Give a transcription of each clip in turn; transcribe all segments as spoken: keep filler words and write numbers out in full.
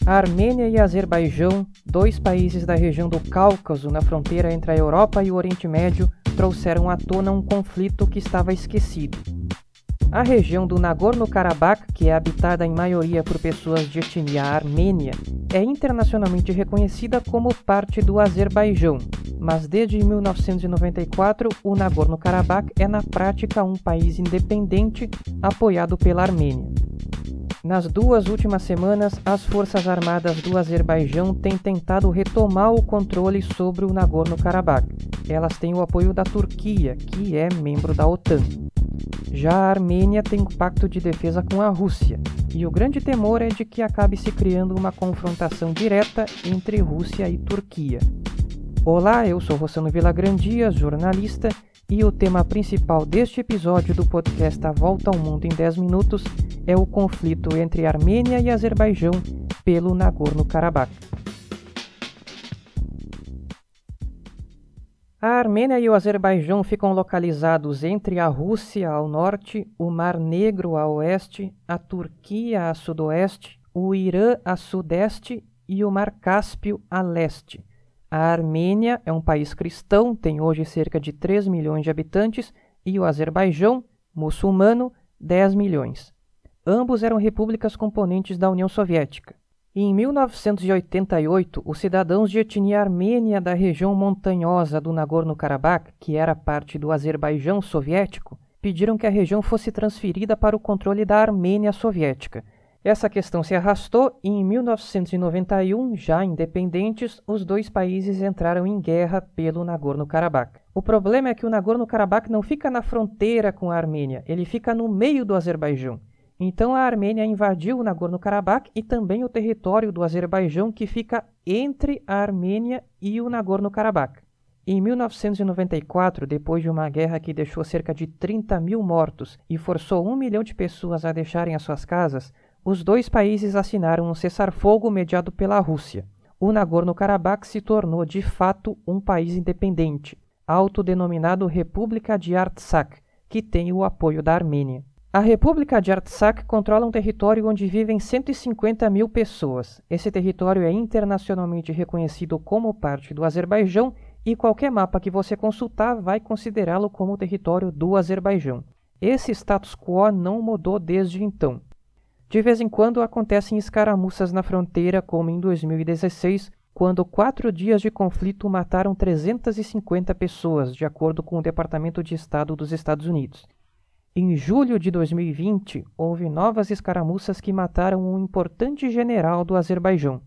A Armênia e Azerbaijão, dois países da região do Cáucaso, na fronteira entre a Europa e o Oriente Médio, trouxeram à tona um conflito que estava esquecido. A região do Nagorno-Karabakh, que é habitada em maioria por pessoas de etnia armênia, é internacionalmente reconhecida como parte do Azerbaijão, mas desde mil novecentos e noventa e quatro o Nagorno-Karabakh é na prática um país independente apoiado pela Armênia. Nas duas últimas semanas, as forças armadas do Azerbaijão têm tentado retomar o controle sobre o Nagorno-Karabakh. Elas têm o apoio da Turquia, que é membro da OTAN. Já a Armênia tem um pacto de defesa com a Rússia, e o grande temor é de que acabe se criando uma confrontação direta entre Rússia e Turquia. Olá, eu sou Rossano Villagrandia, jornalista, e o tema principal deste episódio do podcast A Volta ao Mundo em dez minutos é o conflito entre Armênia e Azerbaijão pelo Nagorno-Karabakh. A Armênia e o Azerbaijão ficam localizados entre a Rússia ao norte, o Mar Negro a oeste, a Turquia a sudoeste, o Irã a sudeste e o Mar Cáspio a leste. A Armênia é um país cristão, tem hoje cerca de três milhões de habitantes, e o Azerbaijão, muçulmano, dez milhões. Ambos eram repúblicas componentes da União Soviética. E em mil novecentos e oitenta e oito, os cidadãos de etnia armênia da região montanhosa do Nagorno-Karabakh, que era parte do Azerbaijão soviético, pediram que a região fosse transferida para o controle da Armênia soviética. Essa questão se arrastou e em mil novecentos e noventa e um, já independentes, os dois países entraram em guerra pelo Nagorno-Karabakh. O problema é que o Nagorno-Karabakh não fica na fronteira com a Armênia, ele fica no meio do Azerbaijão. Então a Armênia invadiu o Nagorno-Karabakh e também o território do Azerbaijão, que fica entre a Armênia e o Nagorno-Karabakh. Em mil novecentos e noventa e quatro, depois de uma guerra que deixou cerca de trinta mil mortos e forçou um milhão de pessoas a deixarem as suas casas, os dois países assinaram um cessar-fogo mediado pela Rússia. O Nagorno-Karabakh se tornou de fato um país independente, autodenominado República de Artsakh, que tem o apoio da Armênia. A República de Artsakh controla um território onde vivem cento e cinquenta mil pessoas. Esse território é internacionalmente reconhecido como parte do Azerbaijão e qualquer mapa que você consultar vai considerá-lo como território do Azerbaijão. Esse status quo não mudou desde então. De vez em quando acontecem escaramuças na fronteira, como em dois mil e dezesseis, quando quatro dias de conflito mataram trezentas e cinquenta pessoas, de acordo com o Departamento de Estado dos Estados Unidos. Em julho de dois mil e vinte, houve novas escaramuças que mataram um importante general do Azerbaijão.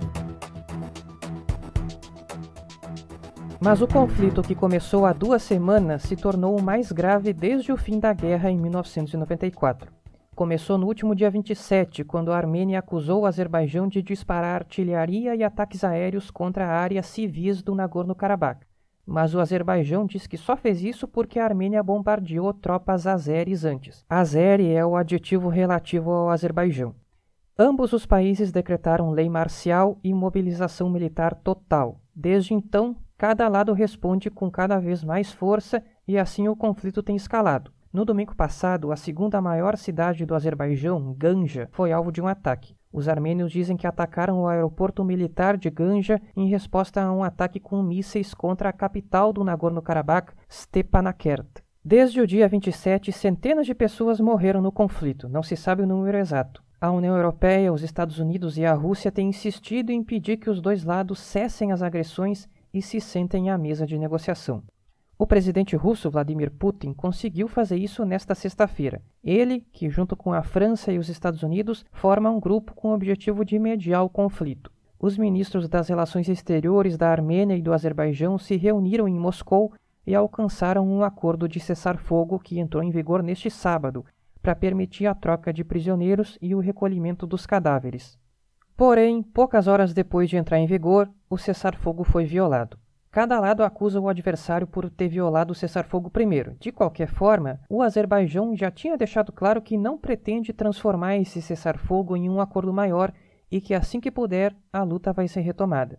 Mas o conflito, que começou há duas semanas, se tornou o mais grave desde o fim da guerra em mil novecentos e noventa e quatro. Começou no último dia vinte e sete, quando a Armênia acusou o Azerbaijão de disparar artilharia e ataques aéreos contra áreas civis do Nagorno-Karabakh. Mas o Azerbaijão diz que só fez isso porque a Armênia bombardeou tropas azeris antes. Azeri é o adjetivo relativo ao Azerbaijão. Ambos os países decretaram lei marcial e mobilização militar total. Desde então, cada lado responde com cada vez mais força e assim o conflito tem escalado. No domingo passado, a segunda maior cidade do Azerbaijão, Ganja, foi alvo de um ataque. Os armênios dizem que atacaram o aeroporto militar de Ganja em resposta a um ataque com mísseis contra a capital do Nagorno-Karabakh, Stepanakert. Desde o dia vinte e sete, centenas de pessoas morreram no conflito, não se sabe o número exato. A União Europeia, os Estados Unidos e a Rússia têm insistido em pedir que os dois lados cessem as agressões e se sentem à mesa de negociação. O presidente russo Vladimir Putin conseguiu fazer isso nesta sexta-feira. Ele, que junto com a França e os Estados Unidos, forma um grupo com o objetivo de mediar o conflito. Os ministros das Relações Exteriores da Armênia e do Azerbaijão se reuniram em Moscou e alcançaram um acordo de cessar-fogo que entrou em vigor neste sábado, para permitir a troca de prisioneiros e o recolhimento dos cadáveres. Porém, poucas horas depois de entrar em vigor, o cessar-fogo foi violado. Cada lado acusa o adversário por ter violado o cessar-fogo primeiro. De qualquer forma, o Azerbaijão já tinha deixado claro que não pretende transformar esse cessar-fogo em um acordo maior e que assim que puder, a luta vai ser retomada.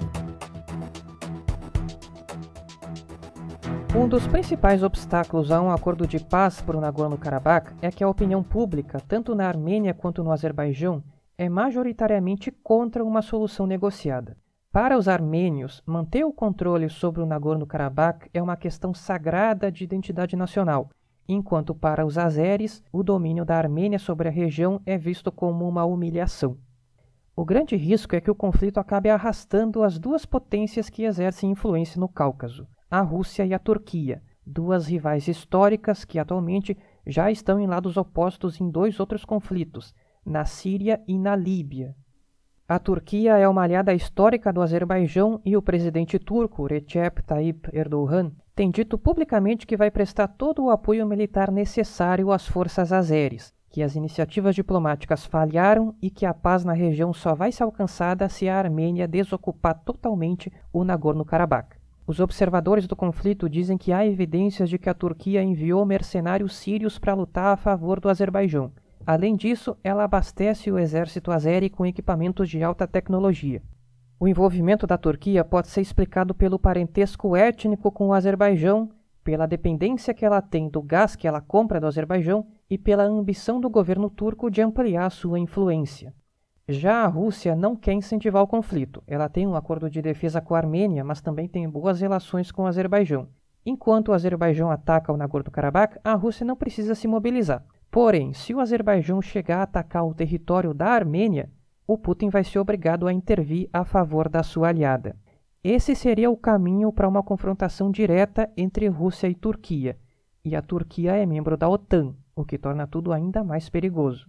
Um dos principais obstáculos a um acordo de paz para o Nagorno-Karabakh é que a opinião pública, tanto na Armênia quanto no Azerbaijão, é majoritariamente contra uma solução negociada. Para os armênios, manter o controle sobre o Nagorno-Karabakh é uma questão sagrada de identidade nacional, enquanto para os azeres, o domínio da Armênia sobre a região é visto como uma humilhação. O grande risco é que o conflito acabe arrastando as duas potências que exercem influência no Cáucaso, a Rússia e a Turquia, duas rivais históricas que atualmente já estão em lados opostos em dois outros conflitos, na Síria e na Líbia. A Turquia é uma aliada histórica do Azerbaijão e o presidente turco, Recep Tayyip Erdogan, tem dito publicamente que vai prestar todo o apoio militar necessário às forças azeres, que as iniciativas diplomáticas falharam e que a paz na região só vai ser alcançada se a Armênia desocupar totalmente o Nagorno-Karabakh. Os observadores do conflito dizem que há evidências de que a Turquia enviou mercenários sírios para lutar a favor do Azerbaijão. Além disso, ela abastece o exército azeri com equipamentos de alta tecnologia. O envolvimento da Turquia pode ser explicado pelo parentesco étnico com o Azerbaijão, pela dependência que ela tem do gás que ela compra do Azerbaijão e pela ambição do governo turco de ampliar sua influência. Já a Rússia não quer incentivar o conflito. Ela tem um acordo de defesa com a Armênia, mas também tem boas relações com o Azerbaijão. Enquanto o Azerbaijão ataca o Nagorno-Karabakh, a Rússia não precisa se mobilizar. Porém, se o Azerbaijão chegar a atacar o território da Armênia, o Putin vai ser obrigado a intervir a favor da sua aliada. Esse seria o caminho para uma confrontação direta entre Rússia e Turquia, e a Turquia é membro da OTAN, o que torna tudo ainda mais perigoso.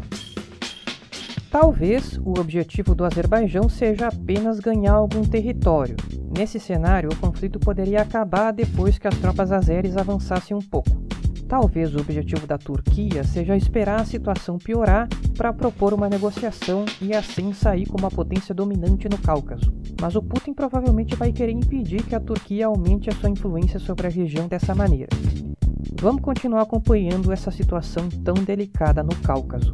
Talvez o objetivo do Azerbaijão seja apenas ganhar algum território. Nesse cenário, o conflito poderia acabar depois que as tropas azeres avançassem um pouco. Talvez o objetivo da Turquia seja esperar a situação piorar para propor uma negociação e assim sair como a potência dominante no Cáucaso. Mas o Putin provavelmente vai querer impedir que a Turquia aumente a sua influência sobre a região dessa maneira. Vamos continuar acompanhando essa situação tão delicada no Cáucaso.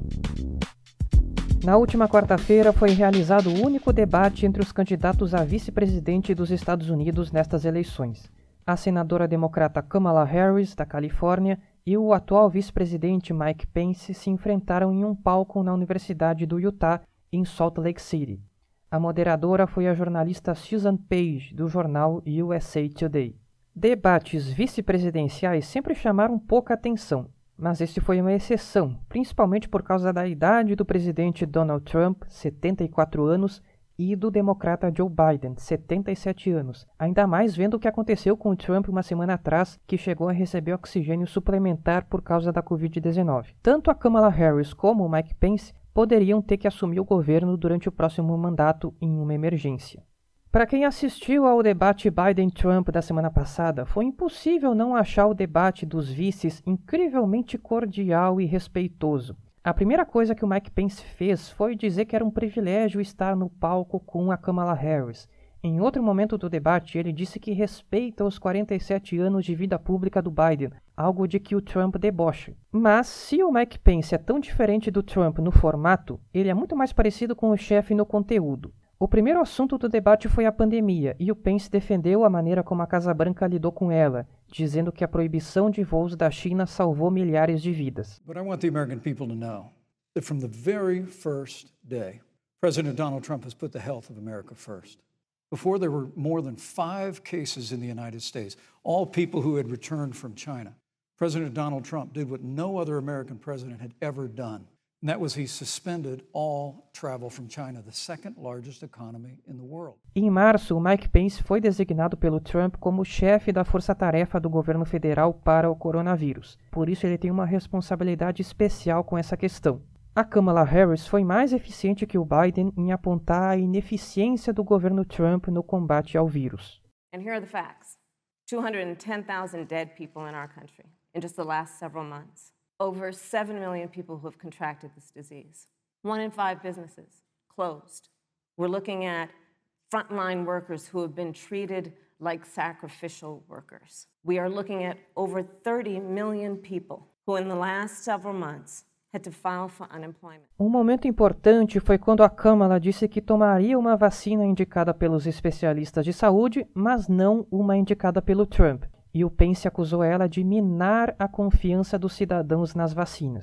Na última quarta-feira foi realizado o único debate entre os candidatos a vice-presidente dos Estados Unidos nestas eleições. A senadora democrata Kamala Harris, da Califórnia, e o atual vice-presidente Mike Pence se enfrentaram em um palco na Universidade do Utah, em Salt Lake City. A moderadora foi a jornalista Susan Page, do jornal U S A Today. Debates vice-presidenciais sempre chamaram pouca atenção, mas esse foi uma exceção, principalmente por causa da idade do presidente Donald Trump, setenta e quatro anos, e do democrata Joe Biden, setenta e sete anos, ainda mais vendo o que aconteceu com o Trump uma semana atrás, que chegou a receber oxigênio suplementar por causa da covid dezenove. Tanto a Kamala Harris como o Mike Pence poderiam ter que assumir o governo durante o próximo mandato em uma emergência. Para quem assistiu ao debate Biden-Trump da semana passada, foi impossível não achar o debate dos vices incrivelmente cordial e respeitoso. A primeira coisa que o Mike Pence fez foi dizer que era um privilégio estar no palco com a Kamala Harris. Em outro momento do debate, ele disse que respeita os quarenta e sete anos de vida pública do Biden, algo de que o Trump debocha. Mas, se o Mike Pence é tão diferente do Trump no formato, ele é muito mais parecido com o chefe no conteúdo. O primeiro assunto do debate foi a pandemia, e o Pence defendeu a maneira como a Casa Branca lidou com ela, dizendo que a proibição de voos da China salvou milhares de vidas. But I want the American people to know that from the very first day, President Donald Trump has put the health of America first. Before there were more than five cases in the United States, all people who had returned from China, President Donald Trump did what no other American president had ever done. And that was he suspended all travel from China, the second largest economy in the world. Em março, o Mike Pence foi designado pelo Trump como chefe da força-tarefa do governo federal para o coronavírus. Por isso, ele tem uma responsabilidade especial com essa questão. A Kamala Harris foi mais eficiente que o Biden em apontar a ineficiência do governo Trump no combate ao vírus. And here are the facts. two hundred ten thousand dead people in our country in just the last several months. Over seven million people who have contracted this disease. One in five businesses closed. We're looking at frontline workers who have been treated like sacrificial workers. We are looking at over thirty million people who in the last several months had to file for unemployment. Um momento importante foi quando a Kamala disse que tomaria uma vacina indicada pelos especialistas de saúde, mas não uma indicada pelo Trump. E o Pence acusou ela de minar a confiança dos cidadãos nas vacinas.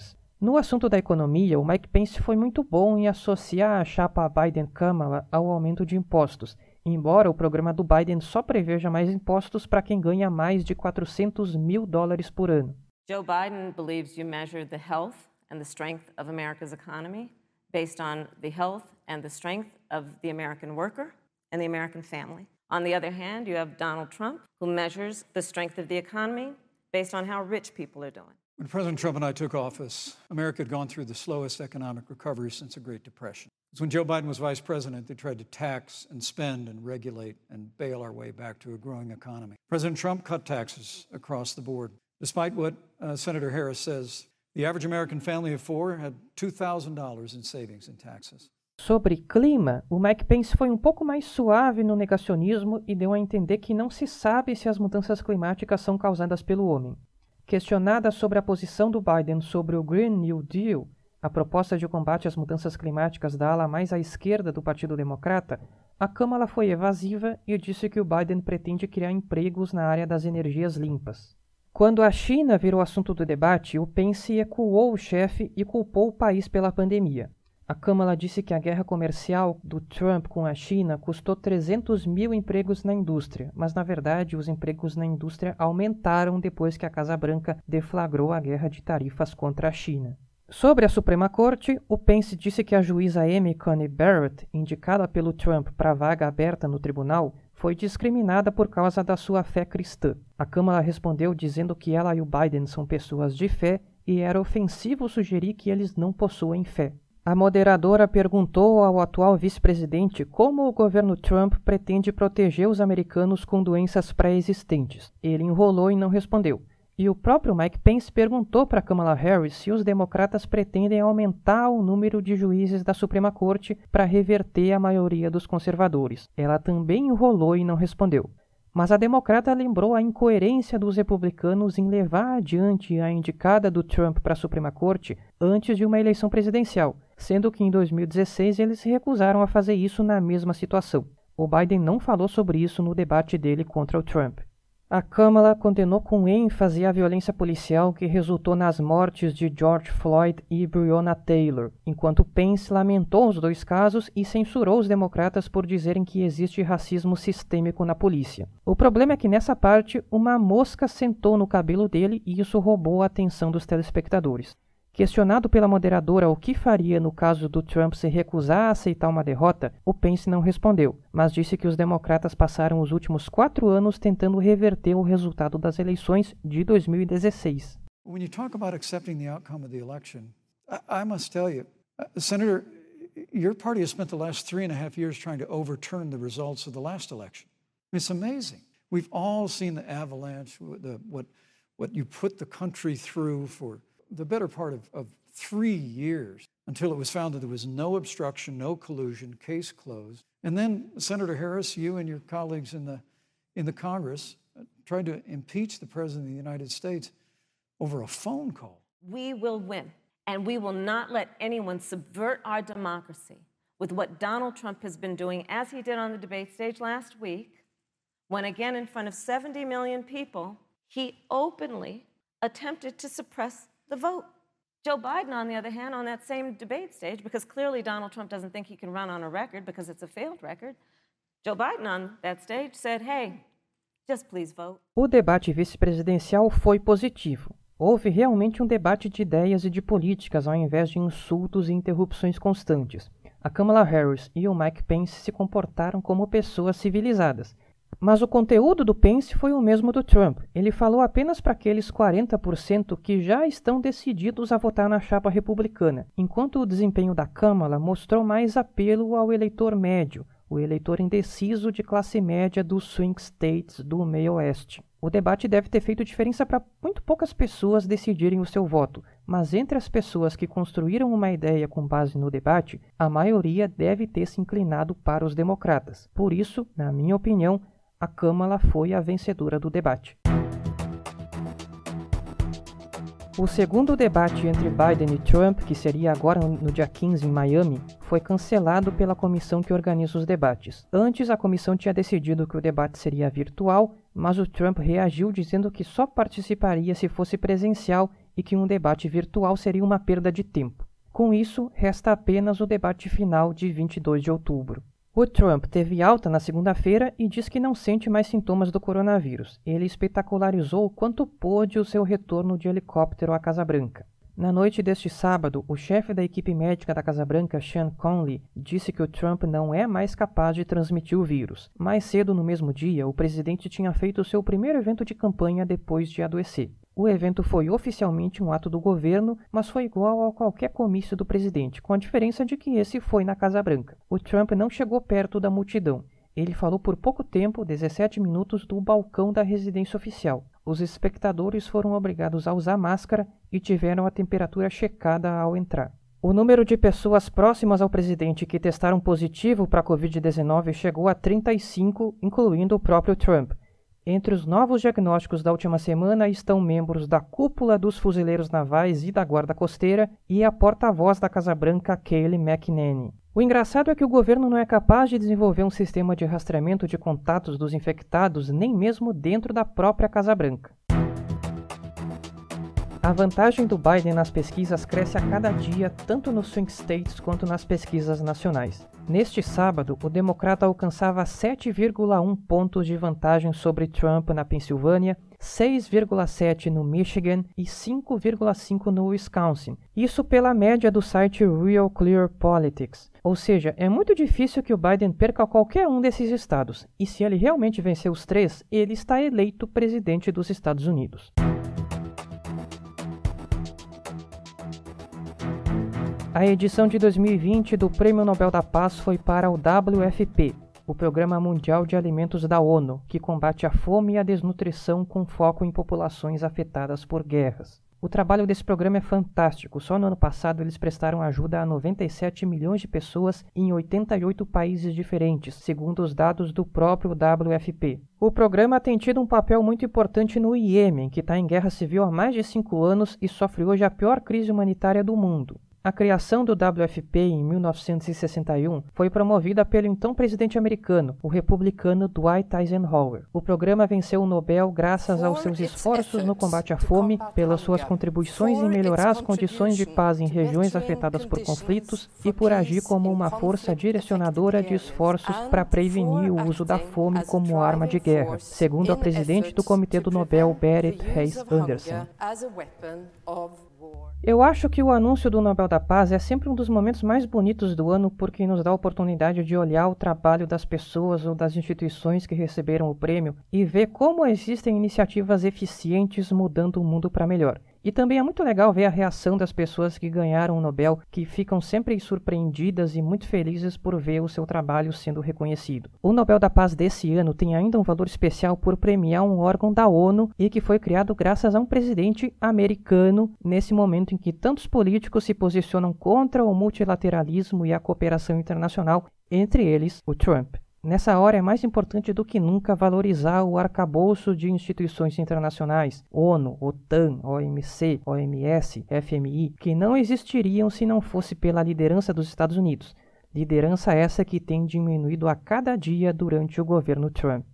No assunto da economia, o Mike Pence foi muito bom em associar a chapa Biden-Kamala ao aumento de impostos, embora o programa do Biden só preveja mais impostos para quem ganha mais de quatrocentos mil dólares por ano. Joe Biden believes you measure the health and the strength of America's economy based on the health and the strength of the American worker and the American family. On the other hand, you have Donald Trump, who measures the strength of the economy based on how rich people are doing. When President Trump and I took office, America had gone through the slowest economic recovery since the Great Depression. When Joe Biden was vice president, they tried to tax and spend and regulate and bail our way back to a growing economy. President Trump cut taxes across the board. Despite what uh, Senator Harris says, the average American family of four had two thousand dollars in savings in taxes. Sobre clima, o Mike Pence foi um pouco mais suave no negacionismo e deu a entender que não se sabe se as mudanças climáticas são causadas pelo homem. Questionada sobre a posição do Biden sobre o Green New Deal, a proposta de combate às mudanças climáticas da ala mais à esquerda do Partido Democrata, a Kamala foi evasiva e disse que o Biden pretende criar empregos na área das energias limpas. Quando a China virou assunto do debate, o Pence ecoou o chefe e culpou o país pela pandemia. A Kamala disse que a guerra comercial do Trump com a China custou trezentos mil empregos na indústria, mas na verdade os empregos na indústria aumentaram depois que a Casa Branca deflagrou a guerra de tarifas contra a China. Sobre a Suprema Corte, o Pence disse que a juíza Amy Coney Barrett, indicada pelo Trump para a vaga aberta no tribunal, foi discriminada por causa da sua fé cristã. A Kamala respondeu dizendo que ela e o Biden são pessoas de fé e era ofensivo sugerir que eles não possuem fé. A moderadora perguntou ao atual vice-presidente como o governo Trump pretende proteger os americanos com doenças pré-existentes. Ele enrolou e não respondeu. E o próprio Mike Pence perguntou para Kamala Harris se os democratas pretendem aumentar o número de juízes da Suprema Corte para reverter a maioria dos conservadores. Ela também enrolou e não respondeu. Mas a democrata lembrou a incoerência dos republicanos em levar adiante a indicada do Trump para a Suprema Corte antes de uma eleição presidencial, sendo que em dois mil e dezesseis eles se recusaram a fazer isso na mesma situação. O Biden não falou sobre isso no debate dele contra o Trump. A Kamala condenou com ênfase a violência policial que resultou nas mortes de George Floyd e Breonna Taylor, enquanto Pence lamentou os dois casos e censurou os democratas por dizerem que existe racismo sistêmico na polícia. O problema é que nessa parte, uma mosca sentou no cabelo dele e isso roubou a atenção dos telespectadores. Questionado pela moderadora o que faria no caso do Trump se recusar a aceitar uma derrota, o Pence não respondeu, mas disse que os democratas passaram os últimos quatro anos tentando reverter o resultado das eleições de dois mil e dezesseis. When you talk about accepting the outcome of the election, I, I must tell you, uh, Senator, your party has spent the last three and a half years trying to overturn the results of the last election. It's amazing. We've all seen the avalanche, the, what, what you put the country through for the better part of, of three years until it was found that there was no obstruction, no collusion, case closed. And then, Senator Harris, you and your colleagues in the, in the Congress uh, tried to impeach the President of the United States over a phone call. We will win, and we will not let anyone subvert our democracy with what Donald Trump has been doing, as he did on the debate stage last week, when again in front of seventy million people, he openly attempted to suppress the vote. Joe Biden, on the other hand, on that same debate stage, because clearly Donald Trump doesn't think he can run on a record because it's a failed record, Joe Biden on that stage said, hey, just please vote. O debate vice-presidencial foi positivo. Houve realmente um debate de ideias e de políticas ao invés de insultos e interrupções constantes. A Kamala Harris e o Mike Pence se comportaram como pessoas civilizadas. Mas o conteúdo do Pence foi o mesmo do Trump. Ele falou apenas para aqueles quarenta por cento que já estão decididos a votar na chapa republicana, enquanto o desempenho da Kamala mostrou mais apelo ao eleitor médio, o eleitor indeciso de classe média dos swing states do meio oeste. O debate deve ter feito diferença para muito poucas pessoas decidirem o seu voto, mas entre as pessoas que construíram uma ideia com base no debate, a maioria deve ter se inclinado para os democratas. Por isso, na minha opinião, a Kamala foi a vencedora do debate. O segundo debate entre Biden e Trump, que seria agora no dia quinze em Miami, foi cancelado pela comissão que organiza os debates. Antes, a comissão tinha decidido que o debate seria virtual, mas o Trump reagiu dizendo que só participaria se fosse presencial e que um debate virtual seria uma perda de tempo. Com isso, resta apenas o debate final de vinte e dois de outubro. O Trump teve alta na segunda-feira e diz que não sente mais sintomas do coronavírus. Ele espetacularizou o quanto pôde o seu retorno de helicóptero à Casa Branca. Na noite deste sábado, o chefe da equipe médica da Casa Branca, Sean Conley, disse que o Trump não é mais capaz de transmitir o vírus. Mais cedo no mesmo dia, o presidente tinha feito seu primeiro evento de campanha depois de adoecer. O evento foi oficialmente um ato do governo, mas foi igual a qualquer comício do presidente, com a diferença de que esse foi na Casa Branca. O Trump não chegou perto da multidão. Ele falou por pouco tempo, dezessete minutos, do balcão da residência oficial. Os espectadores foram obrigados a usar máscara e tiveram a temperatura checada ao entrar. O número de pessoas próximas ao presidente que testaram positivo para a covid dezenove chegou a trinta e cinco, incluindo o próprio Trump. Entre os novos diagnósticos da última semana estão membros da cúpula dos fuzileiros navais e da guarda costeira e a porta-voz da Casa Branca, Kayleigh McEnany. O engraçado é que o governo não é capaz de desenvolver um sistema de rastreamento de contatos dos infectados nem mesmo dentro da própria Casa Branca. A vantagem do Biden nas pesquisas cresce a cada dia, tanto nos swing states quanto nas pesquisas nacionais. Neste sábado, o democrata alcançava sete vírgula um pontos de vantagem sobre Trump na Pensilvânia, seis vírgula sete no Michigan e cinco vírgula cinco no Wisconsin. Isso pela média do site Real Clear Politics. Ou seja, é muito difícil que o Biden perca qualquer um desses estados. E se ele realmente vencer os três, ele está eleito presidente dos Estados Unidos. A edição de dois mil e vinte do Prêmio Nobel da Paz foi para o W F P, o Programa Mundial de Alimentos da ONU, que combate a fome e a desnutrição com foco em populações afetadas por guerras. O trabalho desse programa é fantástico. Só no ano passado eles prestaram ajuda a noventa e sete milhões de pessoas em oitenta e oito países diferentes, segundo os dados do próprio W F P. O programa tem tido um papel muito importante no Iêmen, que está em guerra civil há mais de cinco anos e sofre hoje a pior crise humanitária do mundo. A criação do W F P em mil novecentos e sessenta e um foi promovida pelo então presidente americano, o republicano Dwight Eisenhower. O programa venceu o Nobel graças aos seus esforços no combate à fome, pelas suas contribuições em melhorar as condições de paz em regiões afetadas por conflitos e por agir como uma força direcionadora de esforços para prevenir o uso da fome como arma de guerra, segundo a presidente do Comitê do Nobel, Berit Reiss-Andersen. Eu acho que o anúncio do Nobel da Paz é sempre um dos momentos mais bonitos do ano porque nos dá a oportunidade de olhar o trabalho das pessoas ou das instituições que receberam o prêmio e ver como existem iniciativas eficientes mudando o mundo para melhor. E também é muito legal ver a reação das pessoas que ganharam o Nobel, que ficam sempre surpreendidas e muito felizes por ver o seu trabalho sendo reconhecido. O Nobel da Paz desse ano tem ainda um valor especial por premiar um órgão da ONU e que foi criado graças a um presidente americano nesse momento em que tantos políticos se posicionam contra o multilateralismo e a cooperação internacional, entre eles o Trump. Nessa hora é mais importante do que nunca valorizar o arcabouço de instituições internacionais, ONU, OTAN, O M C, O M S, F M I, que não existiriam se não fosse pela liderança dos Estados Unidos. Liderança essa que tem diminuído a cada dia durante o governo Trump.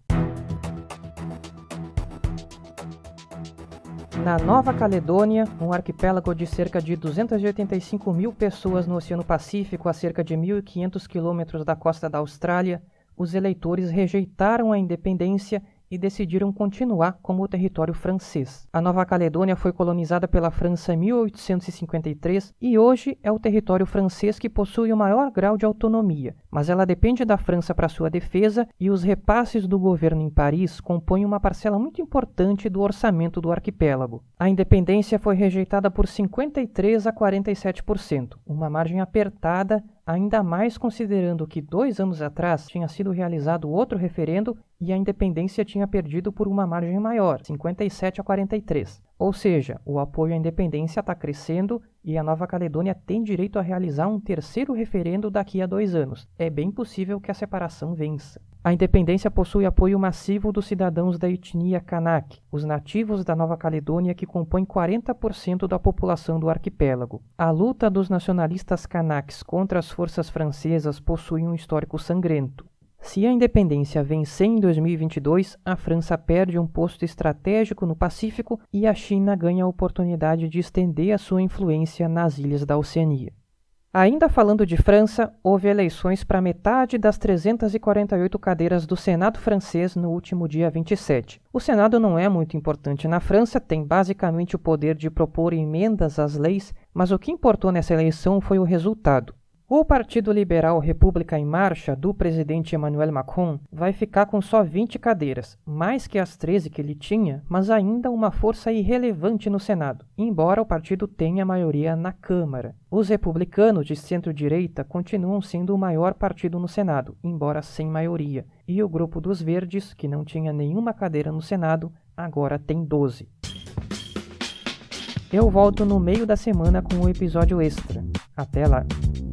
Na Nova Caledônia, um arquipélago de cerca de duzentas e oitenta e cinco mil pessoas no Oceano Pacífico, a cerca de mil e quinhentos quilômetros da costa da Austrália, os eleitores rejeitaram a independência e decidiram continuar como território francês. A Nova Caledônia foi colonizada pela França em mil oitocentos e cinquenta e três e hoje é o território francês que possui o maior grau de autonomia, mas ela depende da França para sua defesa e os repasses do governo em Paris compõem uma parcela muito importante do orçamento do arquipélago. A independência foi rejeitada por cinquenta e três a quarenta e sete por cento, uma margem apertada, ainda mais considerando que dois anos atrás tinha sido realizado outro referendo e a independência tinha perdido por uma margem maior, cinquenta e sete a quarenta e três. Ou seja, o apoio à independência está crescendo e a Nova Caledônia tem direito a realizar um terceiro referendo daqui a dois anos. É bem possível que a separação vença. A independência possui apoio massivo dos cidadãos da etnia Kanak, os nativos da Nova Caledônia que compõem quarenta por cento da população do arquipélago. A luta dos nacionalistas Kanaks contra as forças francesas possui um histórico sangrento. Se a independência vencer em dois mil e vinte e dois, a França perde um posto estratégico no Pacífico e a China ganha a oportunidade de estender a sua influência nas ilhas da Oceania. Ainda falando de França, houve eleições para metade das trezentas e quarenta e oito cadeiras do Senado francês no último dia vinte e sete. O Senado não é muito importante na França, tem basicamente o poder de propor emendas às leis, mas o que importou nessa eleição foi o resultado. O Partido Liberal República em Marcha, do presidente Emmanuel Macron, vai ficar com só vinte cadeiras, mais que as treze que ele tinha, mas ainda uma força irrelevante no Senado, embora o partido tenha maioria na Câmara. Os republicanos de centro-direita continuam sendo o maior partido no Senado, embora sem maioria, e o grupo dos Verdes, que não tinha nenhuma cadeira no Senado, agora tem doze. Eu volto no meio da semana com um episódio extra. Até lá!